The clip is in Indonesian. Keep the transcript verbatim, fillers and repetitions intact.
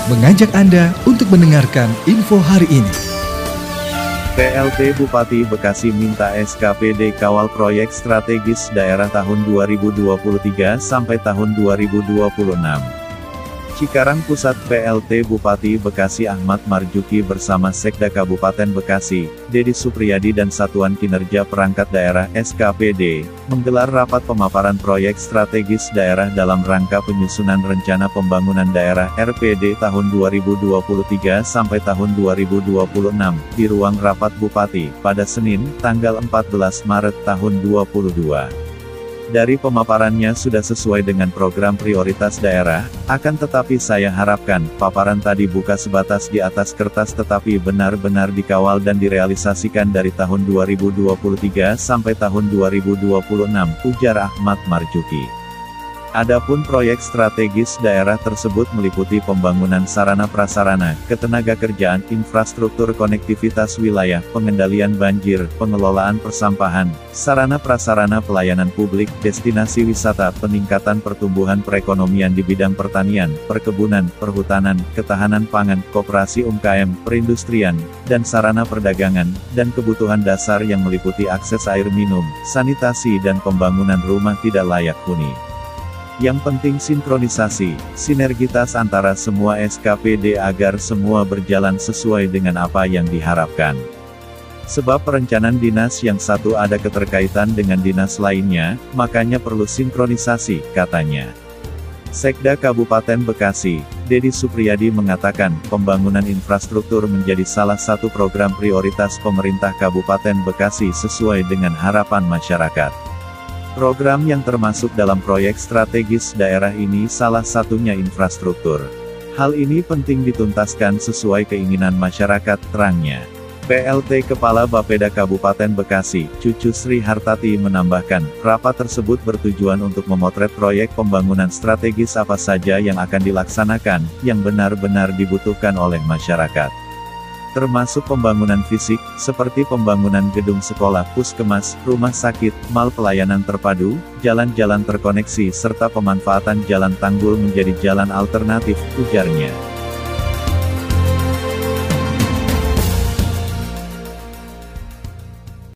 mengajak Anda untuk mendengarkan info hari ini. P L T Bupati Bekasi minta S K P D kawal proyek strategis daerah tahun dua ribu dua puluh tiga sampai tahun dua ribu dua puluh enam. Cikarang Pusat. P L T Bupati Bekasi Ahmad Marjuki bersama Sekda Kabupaten Bekasi, Dedi Supriyadi dan Satuan Kinerja Perangkat Daerah S K P D, menggelar rapat pemaparan proyek strategis daerah dalam rangka penyusunan Rencana Pembangunan Daerah R P D tahun dua ribu dua puluh tiga sampai tahun dua ribu dua puluh enam, di ruang rapat Bupati, pada Senin, tanggal empat belas Maret tahun dua ribu dua puluh dua. Dari pemaparannya sudah sesuai dengan program prioritas daerah, akan tetapi saya harapkan, paparan tadi bukan sebatas di atas kertas tetapi benar-benar dikawal dan direalisasikan dari tahun dua ribu dua puluh tiga sampai tahun dua ribu dua puluh enam, ujar Ahmad Marjuki. Adapun proyek strategis daerah tersebut meliputi pembangunan sarana prasarana, ketenagakerjaan, infrastruktur konektivitas wilayah, pengendalian banjir, pengelolaan persampahan, sarana prasarana pelayanan publik, destinasi wisata, peningkatan pertumbuhan perekonomian di bidang pertanian, perkebunan, perhutanan, ketahanan pangan, koperasi U M K M, perindustrian, dan sarana perdagangan, dan kebutuhan dasar yang meliputi akses air minum, sanitasi dan pembangunan rumah tidak layak huni. Yang penting sinkronisasi, sinergitas antara semua S K P D agar semua berjalan sesuai dengan apa yang diharapkan. Sebab perencanaan dinas yang satu ada keterkaitan dengan dinas lainnya, makanya perlu sinkronisasi, katanya. Sekda Kabupaten Bekasi, Dedi Supriyadi mengatakan, pembangunan infrastruktur menjadi salah satu program prioritas pemerintah Kabupaten Bekasi sesuai dengan harapan masyarakat. Program yang termasuk dalam proyek strategis daerah ini salah satunya infrastruktur. Hal ini penting dituntaskan sesuai keinginan masyarakat, terangnya. P L T Kepala Bapeda Kabupaten Bekasi, Cucu Sri Hartati menambahkan, rapat tersebut bertujuan untuk memotret proyek pembangunan strategis apa saja yang akan dilaksanakan, yang benar-benar dibutuhkan oleh masyarakat. Termasuk pembangunan fisik, seperti pembangunan gedung sekolah, puskesmas, rumah sakit, mal pelayanan terpadu, jalan-jalan terkoneksi serta pemanfaatan jalan tanggul menjadi jalan alternatif, ujarnya.